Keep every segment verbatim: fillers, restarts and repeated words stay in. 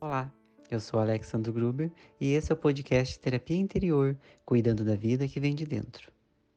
Olá, eu sou Alexandre Gruber e esse é o podcast Terapia Interior, cuidando da vida que vem de dentro.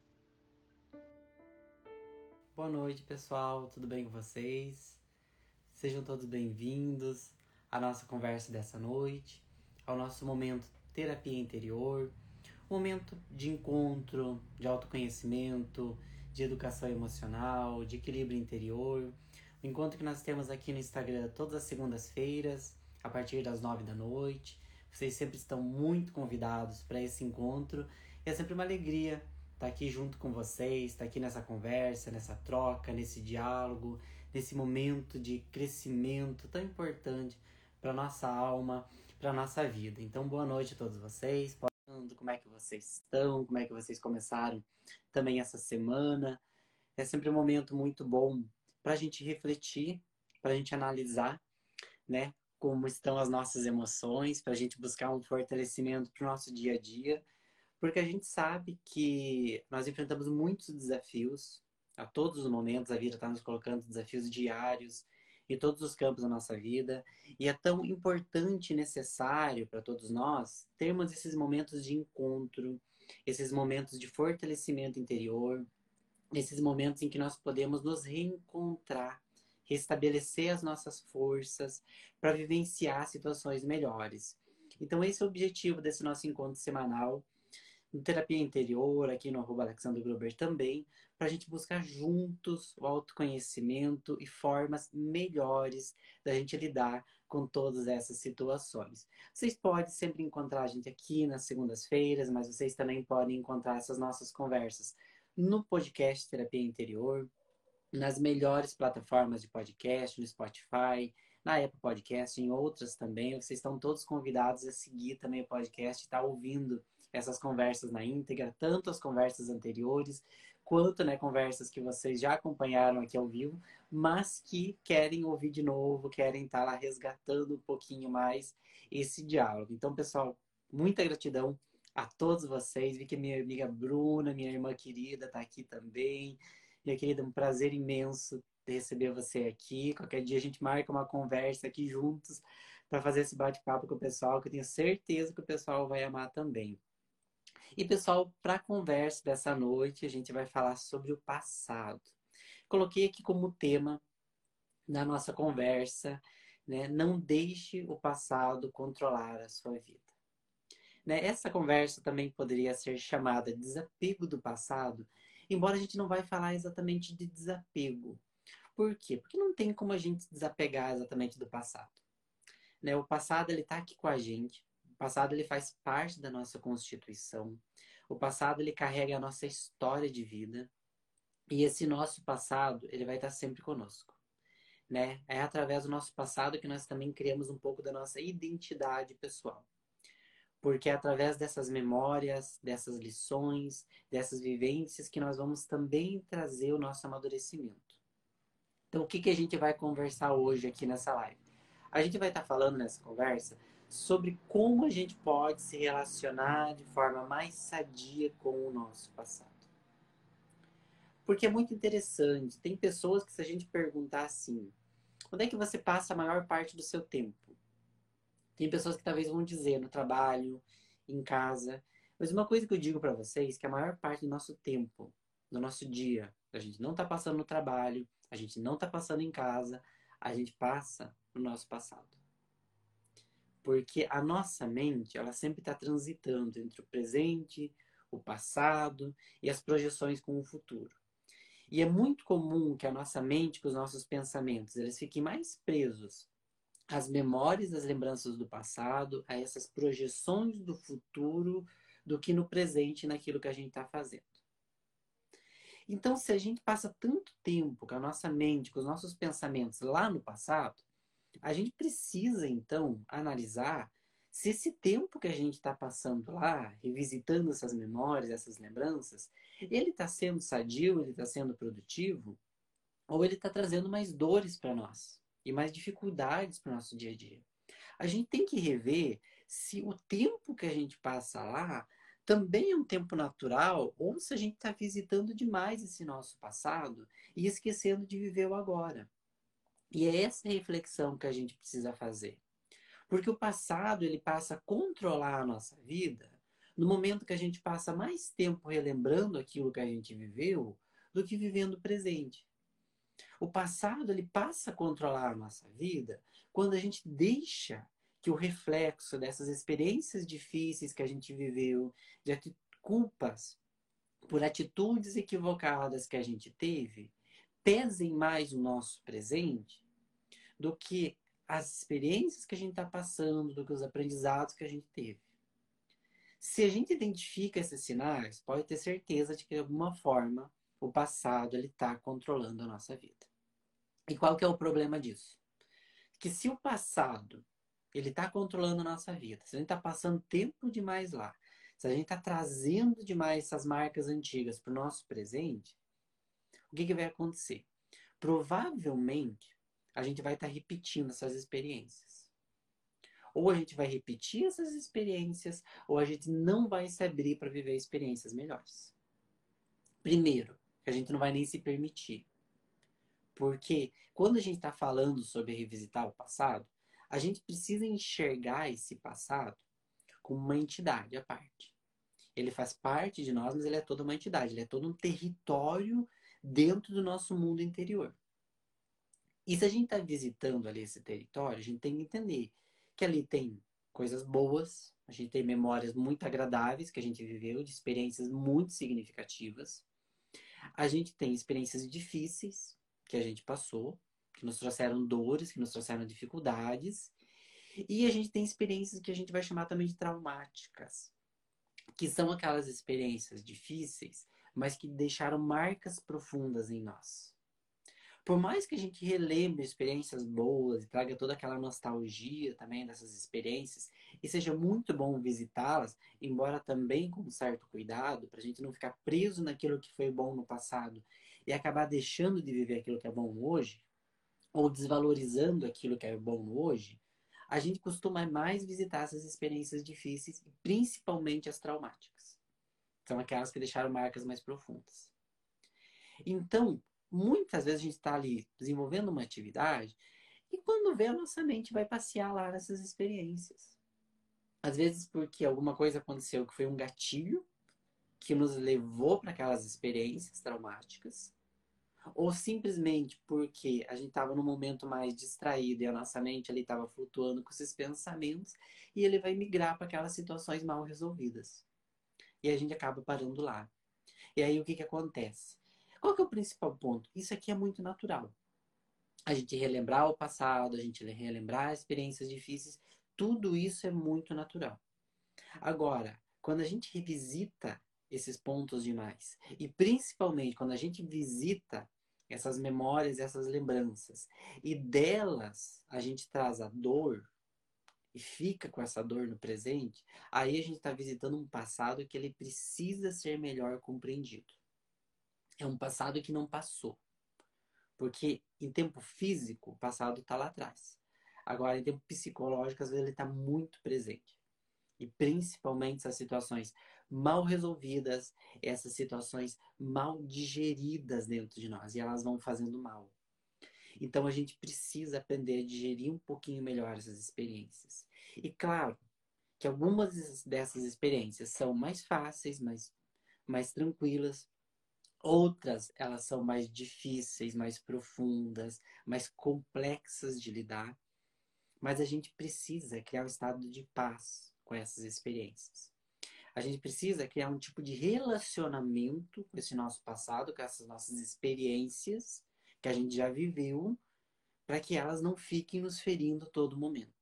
Boa noite, pessoal, tudo bem com vocês? Sejam todos bem-vindos à nossa conversa dessa noite, ao nosso momento Terapia Interior, um momento de encontro, de autoconhecimento, de educação emocional, de equilíbrio interior. O encontro que nós temos aqui no Instagram todas as segundas-feiras, a partir das nove da noite. Vocês sempre estão muito convidados para esse encontro. E é sempre uma alegria estar aqui junto com vocês, estar aqui nessa conversa, nessa troca, nesse diálogo, nesse momento de crescimento tão importante para nossa alma, para nossa vida. Então, boa noite a todos vocês. Como é que vocês estão? Como é que vocês começaram também essa semana? É sempre um momento muito bom para a gente refletir, para a gente analisar, né? Como estão as nossas emoções, para a gente buscar um fortalecimento para o nosso dia a dia, porque a gente sabe que nós enfrentamos muitos desafios, a todos os momentos a vida está nos colocando desafios diários em todos os campos da nossa vida, e é tão importante e necessário para todos nós termos esses momentos de encontro, esses momentos de fortalecimento interior, esses momentos em que nós podemos nos reencontrar, restabelecer as nossas forças para vivenciar situações melhores. Então esse é o objetivo desse nosso encontro semanal, no Terapia Interior, aqui no arroba Alexandre Gruber também, para a gente buscar juntos o autoconhecimento e formas melhores da gente lidar com todas essas situações. Vocês podem sempre encontrar a gente aqui nas segundas-feiras, mas vocês também podem encontrar essas nossas conversas no podcast Terapia Interior, nas melhores plataformas de podcast, no Spotify, na Apple Podcast, em outras também. Vocês estão todos convidados a seguir também o podcast, estar tá ouvindo essas conversas na íntegra, tanto as conversas anteriores, quanto, né, conversas que vocês já acompanharam aqui ao vivo, mas que querem ouvir de novo, querem estar tá lá resgatando um pouquinho mais esse diálogo. Então, pessoal, muita gratidão a todos vocês. Vi que minha amiga Bruna, minha irmã querida, está aqui também. Minha querida, um prazer imenso receber você aqui. Qualquer dia a gente marca uma conversa aqui juntos para fazer esse bate-papo com o pessoal, que eu tenho certeza que o pessoal vai amar também. E, pessoal, para a conversa dessa noite, a gente vai falar sobre o passado. Coloquei aqui como tema na nossa conversa, né? Não deixe o passado controlar a sua vida. Né? Essa conversa também poderia ser chamada desapego do passado, embora a gente não vai falar exatamente de desapego. Por quê? Porque não tem como a gente se desapegar exatamente do passado. Né? O passado ele está aqui com a gente. O passado ele faz parte da nossa constituição. O passado ele carrega a nossa história de vida. E esse nosso passado ele vai estar sempre conosco. Né? É através do nosso passado que nós também criamos um pouco da nossa identidade pessoal. Porque é através dessas memórias, dessas lições, dessas vivências que nós vamos também trazer o nosso amadurecimento. Então, o que, que a gente vai conversar hoje aqui nessa live? A gente vai estar falando nessa conversa sobre como a gente pode se relacionar de forma mais sadia com o nosso passado. Porque é muito interessante. Tem pessoas que, se a gente perguntar assim, onde é que você passa a maior parte do seu tempo? Tem pessoas que talvez vão dizer no trabalho, em casa. Mas uma coisa que eu digo para vocês, que a maior parte do nosso tempo, do nosso dia, a gente não está passando no trabalho, a gente não está passando em casa, a gente passa no nosso passado. Porque a nossa mente, ela sempre está transitando entre o presente, o passado e as projeções com o futuro. E é muito comum que a nossa mente, que os nossos pensamentos, eles fiquem mais presos as memórias, as lembranças do passado, a essas projeções do futuro, do que no presente, naquilo que a gente está fazendo. Então, se a gente passa tanto tempo com a nossa mente, com os nossos pensamentos lá no passado, a gente precisa, então, analisar se esse tempo que a gente está passando lá, revisitando essas memórias, essas lembranças, ele está sendo sadio, ele está sendo produtivo, ou ele está trazendo mais dores para nós e mais dificuldades para o nosso dia a dia. A gente tem que rever se o tempo que a gente passa lá também é um tempo natural ou se a gente está visitando demais esse nosso passado e esquecendo de viver o agora. E é essa reflexão que a gente precisa fazer. Porque o passado, ele passa a controlar a nossa vida no momento que a gente passa mais tempo relembrando aquilo que a gente viveu do que vivendo o presente. O passado, ele passa a controlar a nossa vida quando a gente deixa que o reflexo dessas experiências difíceis que a gente viveu, de culpas por atitudes equivocadas que a gente teve, pesem mais o nosso presente do que as experiências que a gente está passando, do que os aprendizados que a gente teve. Se a gente identifica esses sinais, pode ter certeza de que de alguma forma o passado ele está controlando a nossa vida. E qual que é o problema disso? Que se o passado ele está controlando a nossa vida, se a gente está passando tempo demais lá, se a gente está trazendo demais essas marcas antigas para o nosso presente, o que, que vai acontecer? Provavelmente a gente vai estar tá repetindo essas experiências. Ou a gente vai repetir essas experiências, ou a gente não vai se abrir para viver experiências melhores. Primeiro, que a gente não vai nem se permitir. Porque quando a gente está falando sobre revisitar o passado, a gente precisa enxergar esse passado como uma entidade à parte. Ele faz parte de nós, mas ele é toda uma entidade. Ele é todo um território dentro do nosso mundo interior. E se a gente está visitando ali esse território, a gente tem que entender que ali tem coisas boas, a gente tem memórias muito agradáveis que a gente viveu, de experiências muito significativas. A gente tem experiências difíceis que a gente passou, que nos trouxeram dores, que nos trouxeram dificuldades. E a gente tem experiências que a gente vai chamar também de traumáticas, que são aquelas experiências difíceis, mas que deixaram marcas profundas em nós. Por mais que a gente relembre experiências boas e traga toda aquela nostalgia também dessas experiências, e seja muito bom visitá-las, embora também com um certo cuidado, para a gente não ficar preso naquilo que foi bom no passado e acabar deixando de viver aquilo que é bom hoje, ou desvalorizando aquilo que é bom hoje, a gente costuma mais visitar essas experiências difíceis, e principalmente as traumáticas. São aquelas que deixaram marcas mais profundas. Então, muitas vezes a gente está ali desenvolvendo uma atividade e quando vê, a nossa mente vai passear lá nessas experiências. Às vezes porque alguma coisa aconteceu que foi um gatilho que nos levou para aquelas experiências traumáticas, ou simplesmente porque a gente estava num momento mais distraído e a nossa mente ali estava flutuando com esses pensamentos e ele vai migrar para aquelas situações mal resolvidas. E a gente acaba parando lá. E aí o que, que acontece? Qual que é o principal ponto? Isso aqui é muito natural. A gente relembrar o passado, a gente relembrar experiências difíceis, tudo isso é muito natural. Agora, quando a gente revisita esses pontos demais, e principalmente quando a gente visita essas memórias, essas lembranças, e delas a gente traz a dor e fica com essa dor no presente, aí a gente está visitando um passado que ele precisa ser melhor compreendido. É um passado que não passou. Porque em tempo físico, o passado está lá atrás. Agora, em tempo psicológico, às vezes ele está muito presente. E principalmente essas situações mal resolvidas, essas situações mal digeridas dentro de nós. E elas vão fazendo mal. Então a gente precisa aprender a digerir um pouquinho melhor essas experiências. E claro que algumas dessas experiências são mais fáceis, mais, mais tranquilas. Outras, elas são mais difíceis, mais profundas, mais complexas de lidar. Mas a gente precisa criar um estado de paz com essas experiências. A gente precisa criar um tipo de relacionamento com esse nosso passado, com essas nossas experiências que a gente já viveu, para que elas não fiquem nos ferindo a todo momento.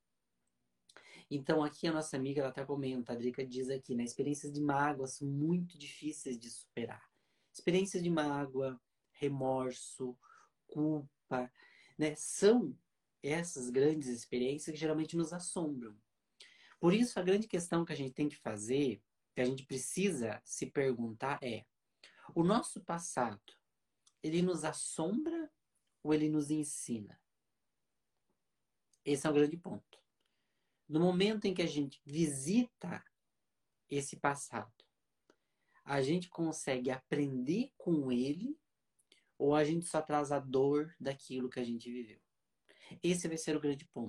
Então aqui a nossa amiga, ela até comenta, a Drica diz aqui, né? Experiências de mágoa são muito difíceis de superar. Experiências de mágoa, remorso, culpa, né? São essas grandes experiências que geralmente nos assombram. Por isso, a grande questão que a gente tem que fazer, que a gente precisa se perguntar é: o nosso passado, ele nos assombra ou ele nos ensina? Esse é o grande ponto. No momento em que a gente visita esse passado, a gente consegue aprender com ele ou a gente só traz a dor daquilo que a gente viveu? Esse vai ser o grande ponto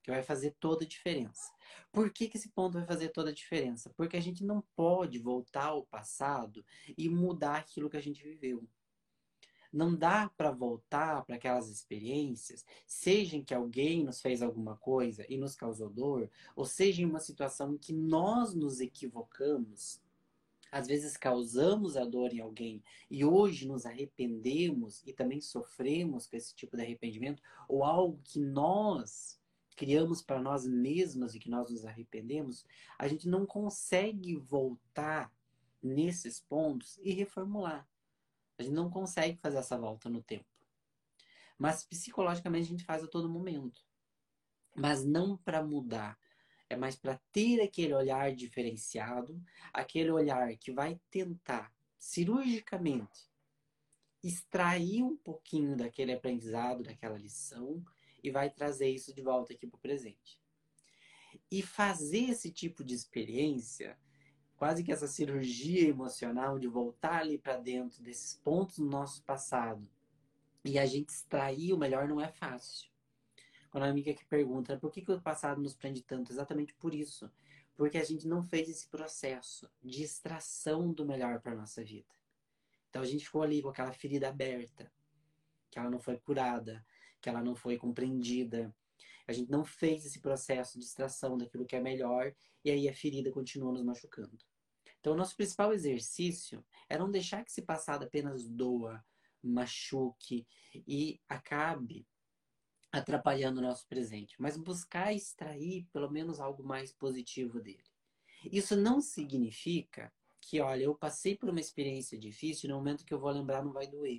que vai fazer toda a diferença. Por que que esse ponto vai fazer toda a diferença? Porque a gente não pode voltar ao passado e mudar aquilo que a gente viveu. Não dá para voltar para aquelas experiências, seja em que alguém nos fez alguma coisa e nos causou dor, ou seja em uma situação em que nós nos equivocamos, às vezes causamos a dor em alguém e hoje nos arrependemos e também sofremos com esse tipo de arrependimento, ou algo que nós criamos para nós mesmos e que nós nos arrependemos, a gente não consegue voltar nesses pontos e reformular. A gente não consegue fazer essa volta no tempo. Mas psicologicamente a gente faz a todo momento. Mas não para mudar. É mais para ter aquele olhar diferenciado, aquele olhar que vai tentar cirurgicamente extrair um pouquinho daquele aprendizado, daquela lição e vai trazer isso de volta aqui para o presente. E fazer esse tipo de experiência, quase que essa cirurgia emocional de voltar ali para dentro desses pontos do nosso passado e a gente extrair o melhor, não é fácil. Quando a amiga que pergunta por que, que o passado nos prende tanto, exatamente por isso. Porque a gente não fez esse processo de extração do melhor para nossa vida. Então a gente ficou ali com aquela ferida aberta, que ela não foi curada, que ela não foi compreendida. A gente não fez esse processo de extração daquilo que é melhor e aí a ferida continua nos machucando. Então o nosso principal exercício é não deixar que esse passado apenas doa, machuque e acabe atrapalhando o nosso presente, mas buscar extrair pelo menos algo mais positivo dele. Isso não significa que, olha, eu passei por uma experiência difícil e no momento que eu vou lembrar não vai doer.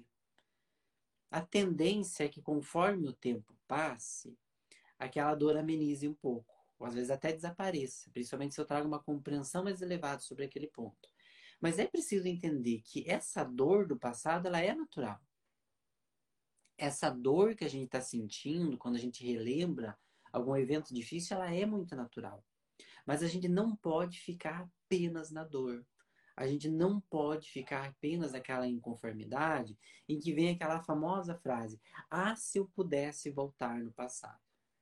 A tendência é que conforme o tempo passe, aquela dor amenize um pouco, ou às vezes até desapareça, principalmente se eu trago uma compreensão mais elevada sobre aquele ponto. Mas é preciso entender que essa dor do passado, ela é natural. Essa dor que a gente está sentindo quando a gente relembra algum evento difícil, ela é muito natural. Mas a gente não pode ficar apenas na dor. A gente não pode ficar apenas naquela inconformidade em que vem aquela famosa frase: ah, se eu pudesse voltar no passado.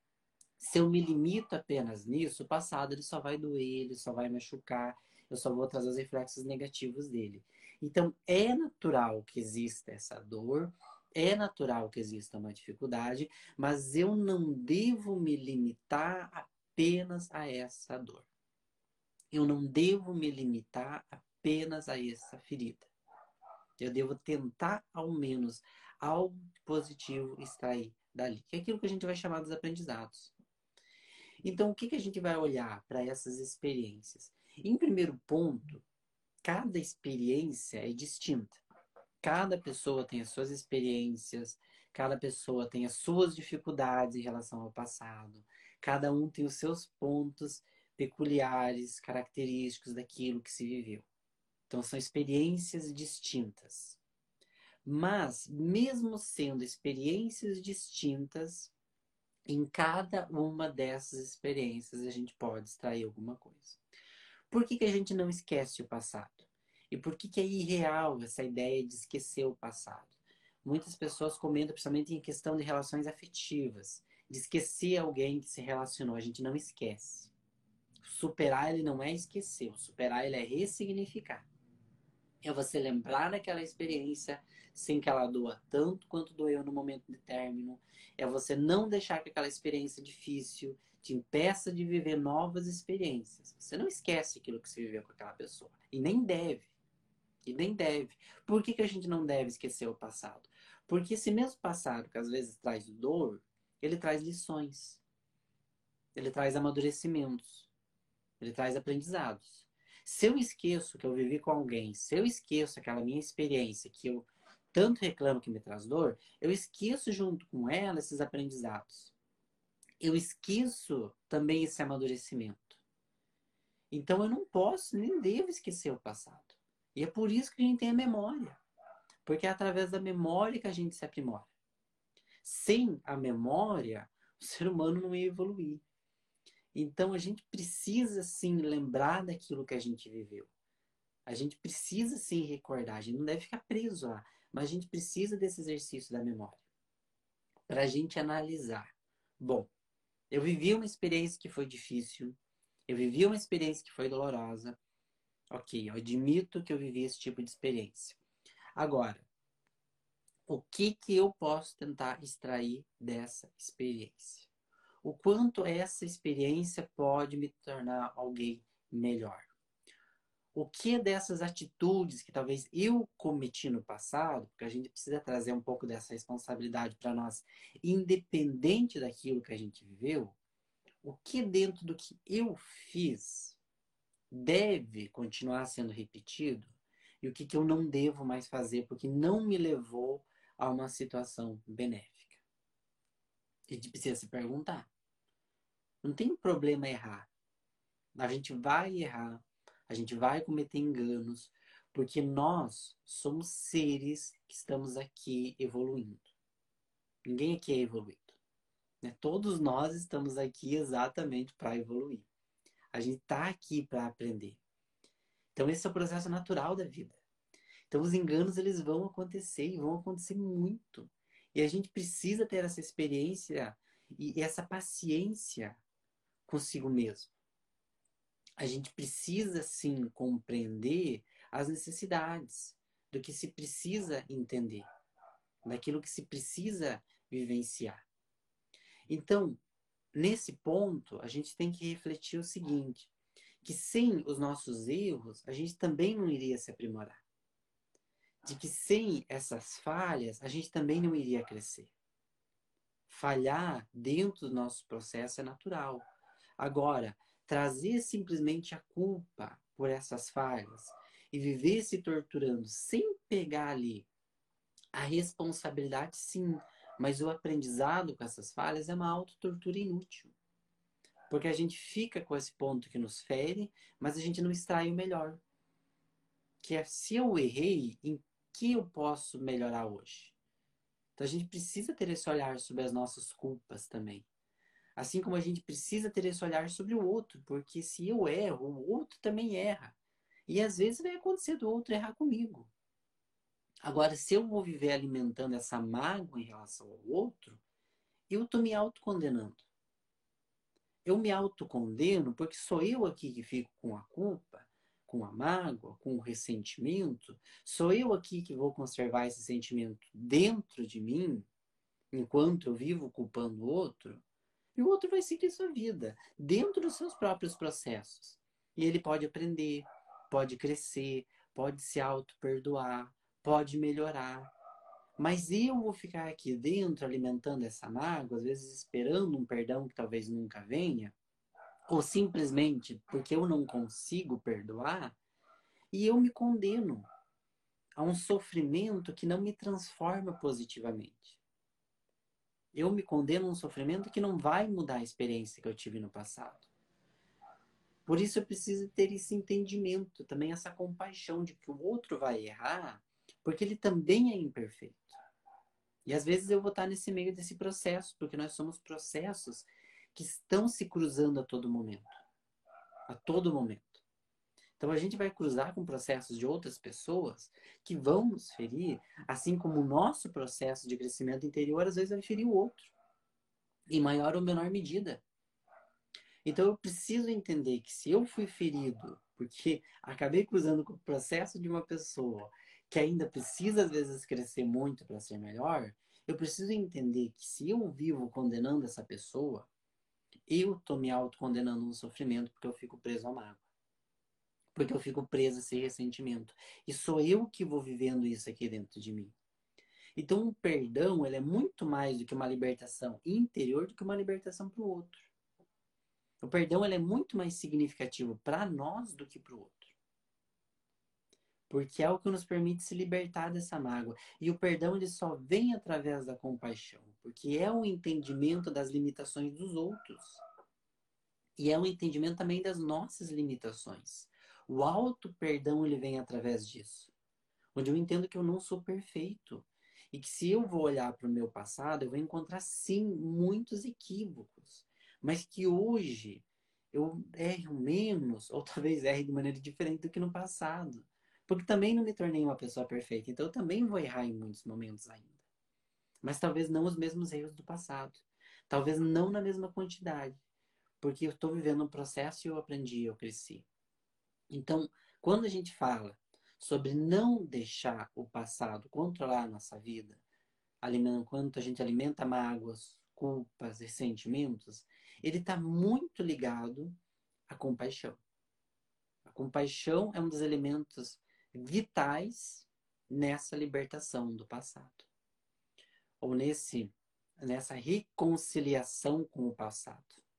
Se eu me limito apenas nisso, o passado ele só vai doer, ele só vai machucar, eu só vou trazer os reflexos negativos dele. Então, é natural que exista essa dor, é natural que exista uma dificuldade, mas eu não devo me limitar apenas a essa dor. Eu não devo me limitar apenas a essa ferida. Eu devo tentar, ao menos, algo positivo extrair dali. Que é aquilo que a gente vai chamar dos aprendizados. Então, o que, que a gente vai olhar para essas experiências? Em primeiro ponto, cada experiência é distinta. Cada pessoa tem as suas experiências, cada pessoa tem as suas dificuldades em relação ao passado, cada um tem os seus pontos peculiares, característicos daquilo que se viveu. Então, são experiências distintas. Mas, mesmo sendo experiências distintas, em cada uma dessas experiências a gente pode extrair alguma coisa. Por que que a gente não esquece o passado? E por que que é irreal essa ideia de esquecer o passado? Muitas pessoas comentam, principalmente em questão de relações afetivas, de esquecer alguém que se relacionou. A gente não esquece. Superar ele não é esquecer, o superar ele é ressignificar. É você lembrar daquela experiência sem que ela doa tanto quanto doeu no momento de término. É você não deixar que aquela experiência difícil te impeça de viver novas experiências. Você não esquece aquilo que você viveu com aquela pessoa. E nem deve. E nem deve. Por que que a gente não deve esquecer o passado? Porque esse mesmo passado, que às vezes traz dor, ele traz lições. Ele traz amadurecimentos. Ele traz aprendizados. Se eu esqueço que eu vivi com alguém, se eu esqueço aquela minha experiência que eu tanto reclamo que me traz dor, eu esqueço junto com ela esses aprendizados. Eu esqueço também esse amadurecimento. Então eu não posso nem devo esquecer o passado. E é por isso que a gente tem a memória. Porque é através da memória que a gente se aprimora. Sem a memória, o ser humano não ia evoluir. Então a gente precisa sim lembrar daquilo que a gente viveu. A gente precisa sim recordar, a gente não deve ficar preso lá, mas a gente precisa desse exercício da memória para a gente analisar. Bom, Eu vivi uma experiência que foi difícil, eu vivi uma experiência que foi dolorosa. Ok, eu admito que eu vivi esse tipo de experiência. Agora, o que que eu posso tentar extrair dessa experiência? O quanto essa experiência pode me tornar alguém melhor? O que dessas atitudes que talvez eu cometi no passado, porque a gente precisa trazer um pouco dessa responsabilidade para nós, independente daquilo que a gente viveu, o que dentro do que eu fiz deve continuar sendo repetido e o que, que eu não devo mais fazer porque não me levou a uma situação benéfica. A gente precisa se perguntar. Não tem problema errar. A gente vai errar, a gente vai cometer enganos, porque nós somos seres que estamos aqui evoluindo. Ninguém aqui é evoluído, né? Todos nós estamos aqui exatamente para evoluir. A gente está aqui para aprender. Então esse é o processo natural da vida. Então os enganos eles vão acontecer e vão acontecer muito. E a gente precisa ter essa experiência e essa paciência consigo mesmo. A gente precisa sim compreender as necessidades do que se precisa entender, daquilo que se precisa vivenciar. Então, nesse ponto, a gente tem que refletir o seguinte, que sem os nossos erros, a gente também não iria se aprimorar. De que sem essas falhas, a gente também não iria crescer. Falhar dentro do nosso processo é natural. Agora, trazer simplesmente a culpa por essas falhas e viver se torturando sem pegar ali a responsabilidade, sim, mas o aprendizado com essas falhas é uma autotortura inútil. Porque a gente fica com esse ponto que nos fere, mas a gente não extrai o melhor. Que é, se eu errei, em que eu posso melhorar hoje? Então a gente precisa ter esse olhar sobre as nossas culpas também. Assim como a gente precisa ter esse olhar sobre o outro, porque se eu erro, o outro também erra. E às vezes vai acontecer do outro errar comigo. Agora, se eu vou viver alimentando essa mágoa em relação ao outro, eu estou me autocondenando. Eu me autocondeno porque sou eu aqui que fico com a culpa, com a mágoa, com o ressentimento. Sou eu aqui que vou conservar esse sentimento dentro de mim, enquanto eu vivo culpando o outro. E o outro vai seguir sua vida, dentro dos seus próprios processos. E ele pode aprender, pode crescer, pode se auto-perdoar, pode melhorar. Mas eu vou ficar aqui dentro alimentando essa mágoa, às vezes esperando um perdão que talvez nunca venha, ou simplesmente porque eu não consigo perdoar, e eu me condeno a um sofrimento que não me transforma positivamente. Eu me condeno a um sofrimento que não vai mudar a experiência que eu tive no passado. Por isso eu preciso ter esse entendimento, também essa compaixão de que o outro vai errar, porque ele também é imperfeito. E às vezes eu vou estar nesse meio desse processo, porque nós somos processos que estão se cruzando a todo momento. A todo momento. Então a gente vai cruzar com processos de outras pessoas que vão nos ferir, assim como o nosso processo de crescimento interior às vezes vai ferir o outro, em maior ou menor medida. Então eu preciso entender que se eu fui ferido porque acabei cruzando com o processo de uma pessoa que ainda precisa às vezes crescer muito para ser melhor, eu preciso entender que se eu vivo condenando essa pessoa, eu estou me autocondenando no sofrimento porque eu fico preso à mágoa. Porque eu fico preso a esse ressentimento. E sou eu que vou vivendo isso aqui dentro de mim. Então o perdão ele é muito mais do que uma libertação interior do que uma libertação para o outro. O perdão ele é muito mais significativo para nós do que para o outro. Porque é o que nos permite se libertar dessa mágoa. E o perdão ele só vem através da compaixão. Porque é o entendimento das limitações dos outros. E é o entendimento também das nossas limitações. O auto-perdão ele vem através disso. Onde eu entendo que eu não sou perfeito. E que se eu vou olhar para o meu passado, eu vou encontrar sim muitos equívocos. Mas que hoje eu erro menos, ou talvez erre de maneira diferente do que no passado. Porque também não me tornei uma pessoa perfeita. Então eu também vou errar em muitos momentos ainda. Mas talvez não os mesmos erros do passado. Talvez não na mesma quantidade, porque eu estou vivendo um processo e eu aprendi, eu cresci. Então, quando a gente fala sobre não deixar o passado controlar a nossa vida, quando a gente alimenta mágoas, culpas, ressentimentos, ele está muito ligado à compaixão. A compaixão é um dos elementos vitais nessa libertação do passado, ou nesse, nessa reconciliação com o passado.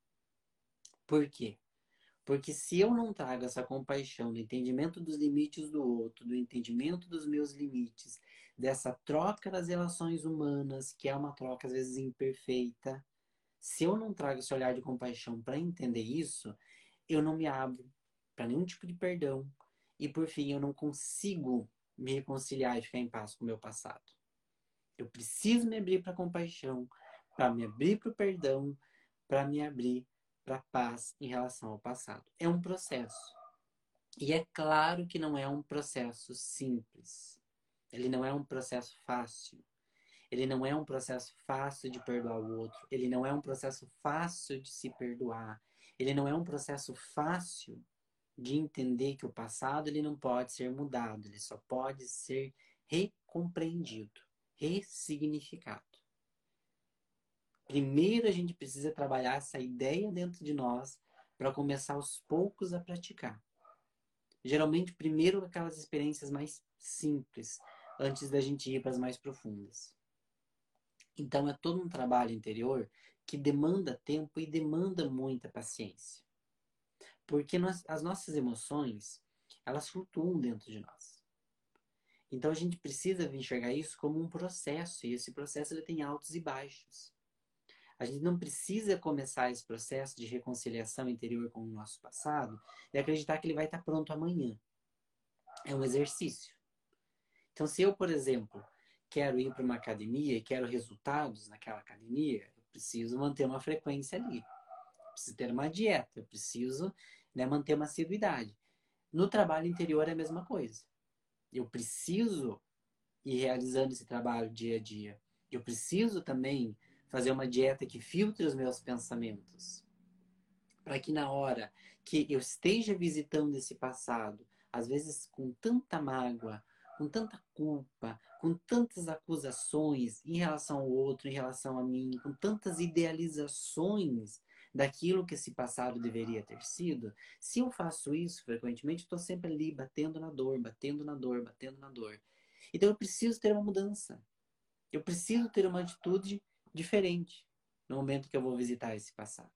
Por quê? Porque se eu não trago essa compaixão, do entendimento dos limites do outro, do entendimento dos meus limites, dessa troca das relações humanas, que é uma troca às vezes imperfeita, se eu não trago esse olhar de compaixão para entender isso, eu não me abro para nenhum tipo de perdão. E por fim, eu não consigo me reconciliar e ficar em paz com o meu passado. Eu preciso me abrir para a compaixão, para me abrir para o perdão, para me abrir para a paz em relação ao passado. É um processo. E é claro que não é um processo simples. Ele não é um processo fácil. Ele não é um processo fácil de perdoar o outro. Ele não é um processo fácil de se perdoar. Ele não é um processo fácil de entender que o passado ele não pode ser mudado. Ele só pode ser recompreendido, ressignificado. Primeiro a gente precisa trabalhar essa ideia dentro de nós para começar aos poucos a praticar. Geralmente, primeiro aquelas experiências mais simples, antes da gente ir para as mais profundas. Então, é todo um trabalho interior que demanda tempo e demanda muita paciência. Porque nós, as nossas emoções, elas flutuam dentro de nós. Então, a gente precisa enxergar isso como um processo, e esse processo ele tem altos e baixos. A gente não precisa começar esse processo de reconciliação interior com o nosso passado e acreditar que ele vai estar pronto amanhã. É um exercício. Então, se eu, por exemplo, quero ir para uma academia e quero resultados naquela academia, eu preciso manter uma frequência ali. Eu preciso ter uma dieta, eu preciso, né, manter uma assiduidade. No trabalho interior é a mesma coisa. Eu preciso ir realizando esse trabalho dia a dia. Eu preciso também fazer uma dieta que filtre os meus pensamentos. Para que na hora que eu esteja visitando esse passado, às vezes com tanta mágoa, com tanta culpa, com tantas acusações em relação ao outro, em relação a mim, com tantas idealizações daquilo que esse passado deveria ter sido, se eu faço isso frequentemente, estou sempre ali batendo na dor, batendo na dor, batendo na dor. Então eu preciso ter uma mudança. Eu preciso ter uma atitude diferente no momento que eu vou visitar esse passado.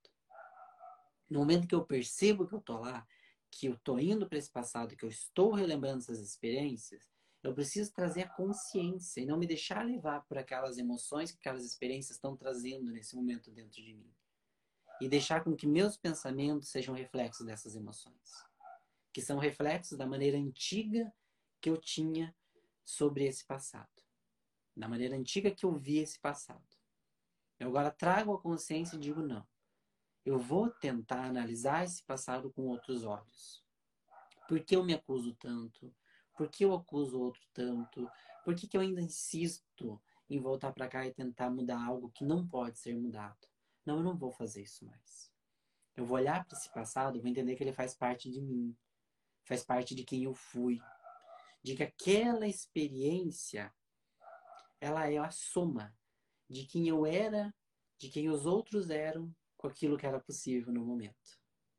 No momento que eu percebo que eu tô lá, que eu tô indo para esse passado, que eu estou relembrando essas experiências, eu preciso trazer a consciência e não me deixar levar por aquelas emoções que aquelas experiências estão trazendo nesse momento dentro de mim. E deixar com que meus pensamentos sejam reflexos dessas emoções. Que são reflexos da maneira antiga que eu tinha sobre esse passado. Da maneira antiga que eu vi esse passado. Eu agora trago a consciência e digo não. Eu vou tentar analisar esse passado com outros olhos. Por que eu me acuso tanto? Por que eu acuso o outro tanto? Por que, que eu ainda insisto em voltar para cá e tentar mudar algo que não pode ser mudado? Não, eu não vou fazer isso mais. Eu vou olhar para esse passado e vou entender que ele faz parte de mim. Faz parte de quem eu fui. De que aquela experiência, ela é a soma de quem eu era, de quem os outros eram, com aquilo que era possível no momento.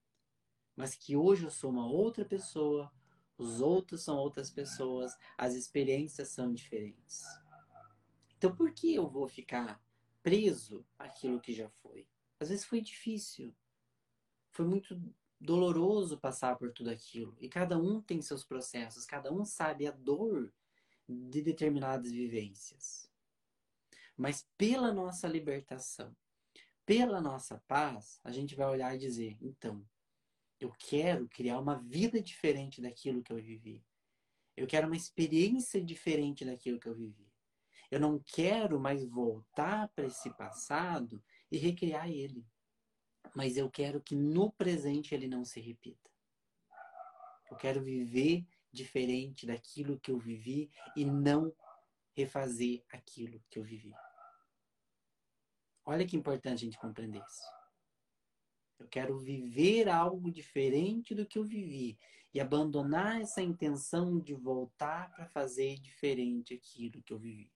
Mas que hoje eu sou uma outra pessoa, os outros são outras pessoas, as experiências são diferentes. Então por que eu vou ficar preso àquilo que já foi? Às vezes foi difícil, foi muito doloroso passar por tudo aquilo. E cada um tem seus processos, cada um sabe a dor de determinadas vivências. Mas pela nossa libertação, pela nossa paz, a gente vai olhar e dizer, então, eu quero criar uma vida diferente daquilo que eu vivi. Eu quero uma experiência diferente daquilo que eu vivi. Eu não quero mais voltar para esse passado e recriar ele. Mas eu quero que no presente ele não se repita. Eu quero viver diferente daquilo que eu vivi e não refazer aquilo que eu vivi. Olha que importante a gente compreender isso. Eu quero viver algo diferente do que eu vivi e abandonar essa intenção de voltar para fazer diferente aquilo que eu vivi.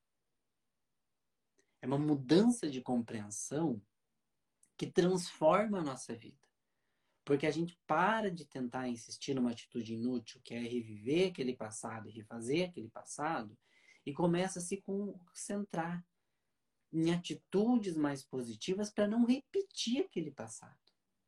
É uma mudança de compreensão que transforma a nossa vida. Porque a gente para de tentar insistir numa atitude inútil, que é reviver aquele passado e refazer aquele passado, e começa a se concentrar em atitudes mais positivas para não repetir aquele passado.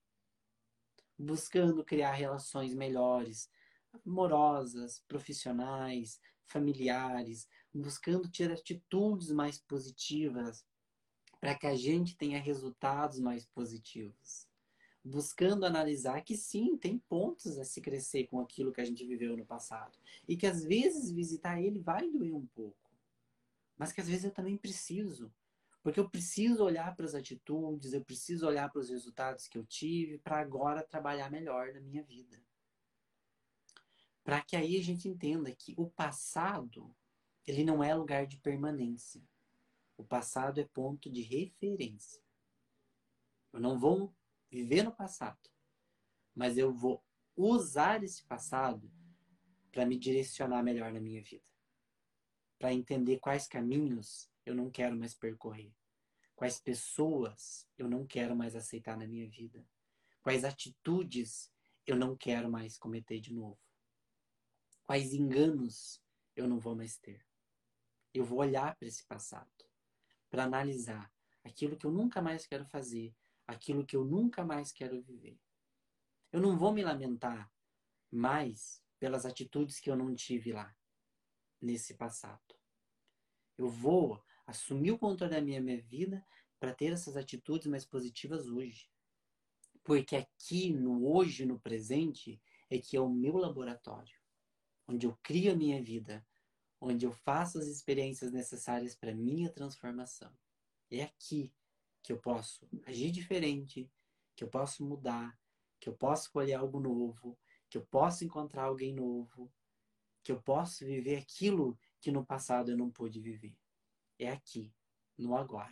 Buscando criar relações melhores, amorosas, profissionais, familiares, buscando ter atitudes mais positivas para que a gente tenha resultados mais positivos. Buscando analisar que sim, tem pontos a se crescer com aquilo que a gente viveu no passado. E que às vezes visitar ele vai doer um pouco. Mas que às vezes eu também preciso. Porque eu preciso olhar para as atitudes, eu preciso olhar para os resultados que eu tive para agora trabalhar melhor na minha vida. Para que aí a gente entenda que o passado, ele não é lugar de permanência. O passado é ponto de referência. Eu não vou viver no passado, mas eu vou usar esse passado para me direcionar melhor na minha vida. Para entender quais caminhos eu não quero mais percorrer. Quais pessoas eu não quero mais aceitar na minha vida. Quais atitudes eu não quero mais cometer de novo. Quais enganos eu não vou mais ter. Eu vou olhar para esse passado, para analisar aquilo que eu nunca mais quero fazer, aquilo que eu nunca mais quero viver. Eu não vou me lamentar mais pelas atitudes que eu não tive lá, nesse passado. Eu vou assumir o controle da minha, minha vida para ter essas atitudes mais positivas hoje. Porque aqui, no hoje, no presente, é que é o meu laboratório, onde eu crio a minha vida, onde eu faço as experiências necessárias para a minha transformação. É aqui que eu posso agir diferente, que eu posso mudar, que eu posso escolher algo novo, que eu posso encontrar alguém novo, que eu posso viver aquilo que no passado eu não pude viver. É aqui, no agora.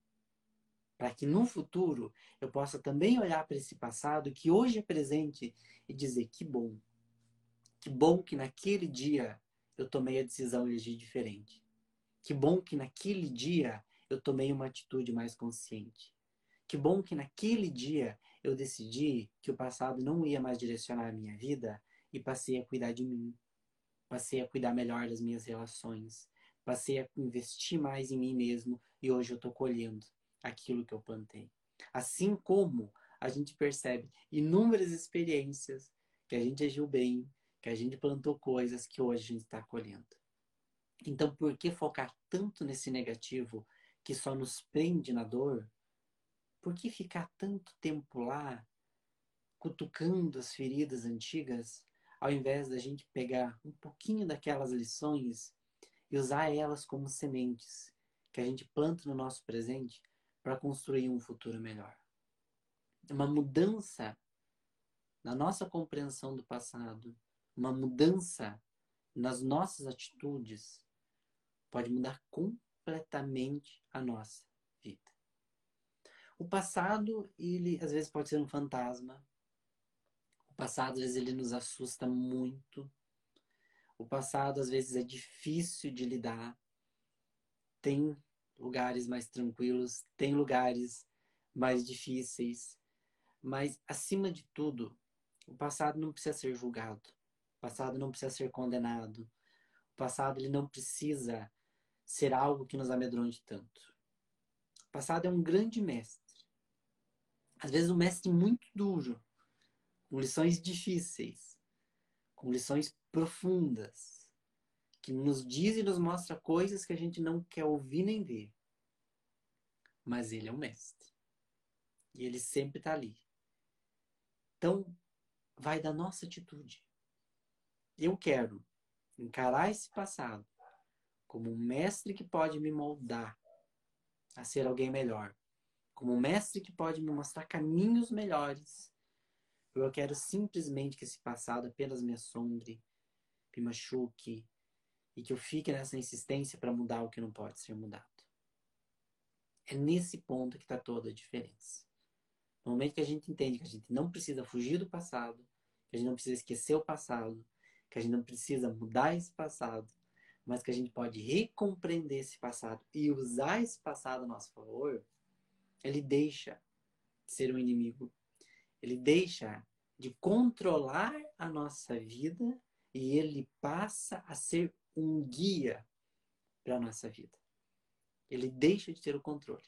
Para que no futuro eu possa também olhar para esse passado que hoje é presente e dizer que bom. Que bom que naquele dia eu tomei a decisão de agir diferente. Que bom que naquele dia eu tomei uma atitude mais consciente. Que bom que naquele dia eu decidi que o passado não ia mais direcionar a minha vida e passei a cuidar de mim. Passei a cuidar melhor das minhas relações. Passei a investir mais em mim mesmo e hoje eu estou colhendo aquilo que eu plantei. Assim como a gente percebe inúmeras experiências que a gente agiu bem, que a gente plantou coisas que hoje a gente está colhendo. Então, por que focar tanto nesse negativo que só nos prende na dor? Por que ficar tanto tempo lá, cutucando as feridas antigas, ao invés da gente pegar um pouquinho daquelas lições e usar elas como sementes que a gente planta no nosso presente para construir um futuro melhor? Uma mudança na nossa compreensão do passado, uma mudança nas nossas atitudes, pode mudar completamente a nossa vida. O passado, ele às vezes pode ser um fantasma. O passado, às vezes, ele nos assusta muito. O passado, às vezes, é difícil de lidar. Tem lugares mais tranquilos, tem lugares mais difíceis. Mas, acima de tudo, o passado não precisa ser julgado. O passado não precisa ser condenado. O passado, ele não precisa ser algo que nos amedronte tanto. O passado é um grande mestre. Às vezes um mestre muito duro, com lições difíceis, com lições profundas, que nos diz e nos mostra coisas que a gente não quer ouvir nem ver. Mas ele é um mestre. E ele sempre está ali. Então, vai da nossa atitude. Eu quero encarar esse passado como um mestre que pode me moldar a ser alguém melhor. Como um mestre que pode me mostrar caminhos melhores. Eu quero simplesmente que esse passado apenas me assombre, me machuque, e que eu fique nessa insistência para mudar o que não pode ser mudado. É nesse ponto que está toda a diferença. No momento que a gente entende que a gente não precisa fugir do passado, que a gente não precisa esquecer o passado, que a gente não precisa mudar esse passado, mas que a gente pode recompreender esse passado e usar esse passado a nosso favor, ele deixa de ser um inimigo. Ele deixa de controlar a nossa vida e ele passa a ser um guia para a nossa vida. Ele deixa de ter o controle,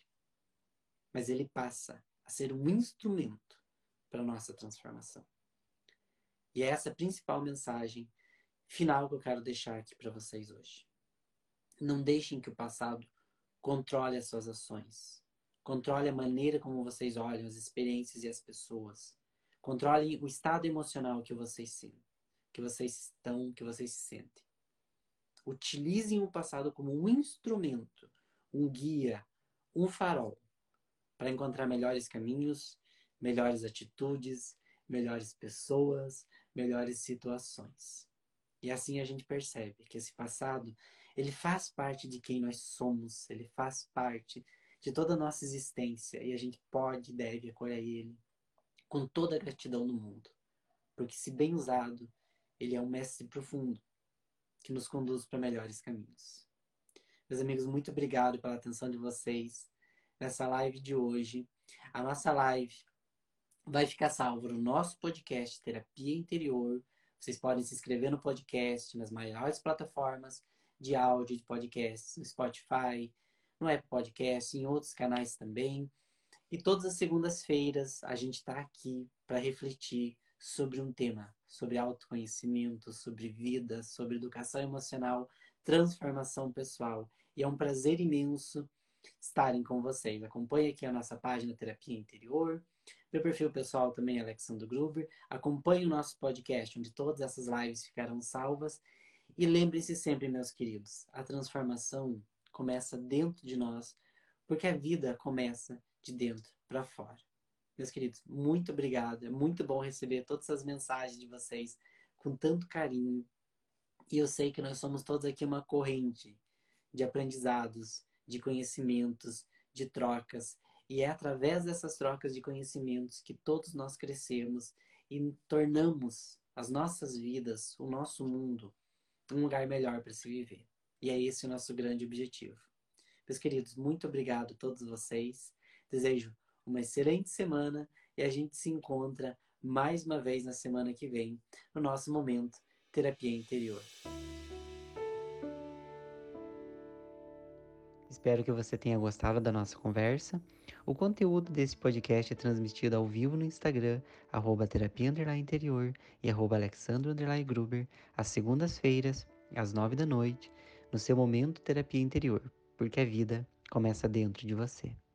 mas ele passa a ser um instrumento para a nossa transformação. E é essa a principal mensagem final que eu quero deixar aqui para vocês hoje. Não deixem que o passado controle as suas ações. Controle a maneira como vocês olham as experiências e as pessoas. Controle o estado emocional que vocês sentem, que vocês estão, que vocês se sentem. Utilizem o passado como um instrumento, um guia, um farol para encontrar melhores caminhos, melhores atitudes, melhores pessoas, melhores situações. E assim a gente percebe que esse passado, ele faz parte de quem nós somos, ele faz parte de toda a nossa existência e a gente pode e deve acolher ele com toda a gratidão do mundo. Porque se bem usado, ele é um mestre profundo que nos conduz para melhores caminhos. Meus amigos, muito obrigado pela atenção de vocês nessa live de hoje. A nossa live vai ficar salva no nosso podcast Terapia Interior. Vocês podem se inscrever no podcast nas maiores plataformas de áudio de podcasts, no Spotify, no Apple Podcast, em outros canais também. E todas as segundas-feiras a gente está aqui para refletir sobre um tema, sobre autoconhecimento, sobre vida, sobre educação emocional, transformação pessoal. E é um prazer imenso estarem com vocês. Acompanhe aqui a nossa página Terapia Interior. Meu perfil pessoal também é Alexandro Gruber. Acompanhe o nosso podcast, onde todas essas lives ficarão salvas. E lembre-se sempre, meus queridos, a transformação começa dentro de nós, porque a vida começa de dentro para fora. Meus queridos, muito obrigado. É muito bom receber todas essas mensagens de vocês com tanto carinho. E eu sei que nós somos todos aqui uma corrente de aprendizados, de conhecimentos, de trocas. E é através dessas trocas de conhecimentos que todos nós crescemos e tornamos as nossas vidas, o nosso mundo, um lugar melhor para se viver. E é esse o nosso grande objetivo. Meus queridos, muito obrigado a todos vocês. Desejo uma excelente semana e a gente se encontra mais uma vez na semana que vem, no nosso momento Terapia Interior. Espero que você tenha gostado da nossa conversa. O conteúdo desse podcast é transmitido ao vivo no Instagram, arroba terapia interior e arroba alexandro gruber, às segundas-feiras, às nove da noite, no seu momento Terapia Interior, porque a vida começa dentro de você.